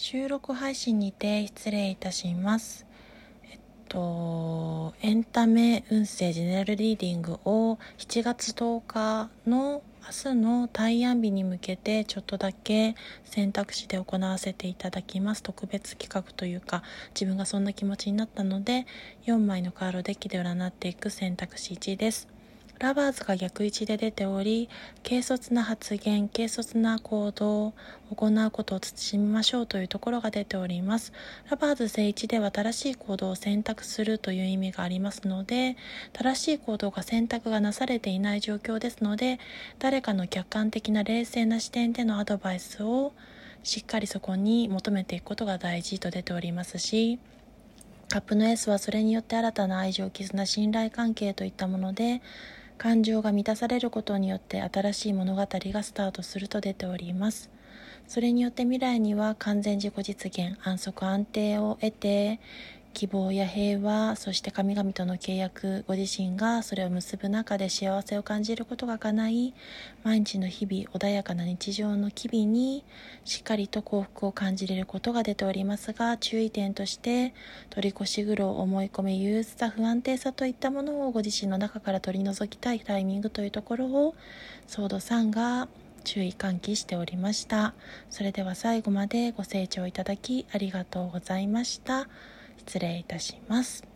収録配信にて失礼いたします。エンタメ運勢ジェネラルリーディングを7月10日の明日の大安日に向けてちょっとだけ選択肢で行わせていただきます。特別企画というか、自分がそんな気持ちになったので4枚のカードデッキで占っていく選択肢1です。ラバーズが逆位置で出ており、軽率な発言、軽率な行動を行うことを慎みましょうというところが出ております。ラバーズ正位置では正しい行動を選択するという意味がありますので、正しい行動が選択がなされていない状況ですので、誰かの客観的な冷静な視点でのアドバイスをしっかりそこに求めていくことが大事と出ておりますし、カップの S はそれによって新たな愛情、絆、信頼関係といったもので、感情が満たされることによって新しい物語がスタートすると出ております。それによって未来には完全自己実現、安息安定を得て、希望や平和、そして神々との契約、ご自身がそれを結ぶ中で幸せを感じることが叶い、毎日の日々、穏やかな日常の機微にしっかりと幸福を感じれることが出ておりますが、注意点として取り越し苦労、思い込み、憂鬱さ、不安定さといったものをご自身の中から取り除きたいタイミングというところをソード3が注意喚起しておりました。それでは最後までご清聴いただきありがとうございました。失礼いたします。